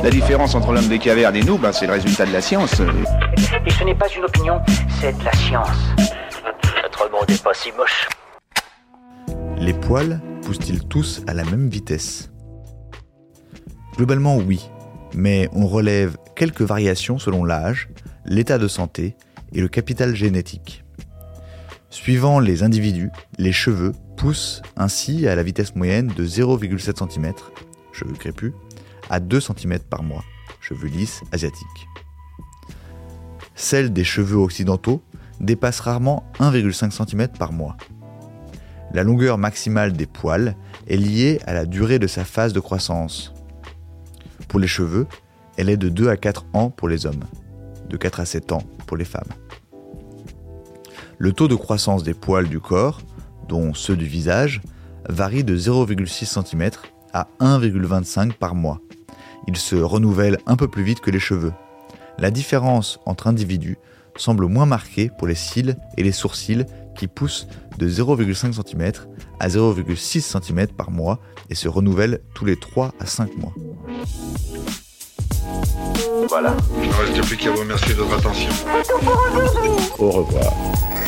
La différence entre l'homme des cavernes et nous, c'est le résultat de la science. Et ce n'est pas une opinion, c'est de la science. Notre monde n'est pas si moche. Les poils poussent-ils tous à la même vitesse ? Globalement, oui, mais on relève quelques variations selon l'âge, l'état de santé et le capital génétique. Suivant les individus, les cheveux poussent ainsi à la vitesse moyenne de 0,7 cm, cheveux crépus, à 2 cm par mois, cheveux lisses asiatiques. Celle des cheveux occidentaux dépasse rarement 1,5 cm par mois. La longueur maximale des poils est liée à la durée de sa phase de croissance. Pour les cheveux, elle est de 2 à 4 ans pour les hommes, de 4 à 7 ans pour les femmes. Le taux de croissance des poils du corps, dont ceux du visage, varie de 0,6 cm à 1,25 par mois. Ils se renouvellent un peu plus vite que les cheveux. La différence entre individus semble moins marquée pour les cils et les sourcils qui poussent de 0,5 cm à 0,6 cm par mois et se renouvellent tous les 3 à 5 mois. Voilà. Il ne reste plus qu'à vous remercier de votre attention. Au revoir.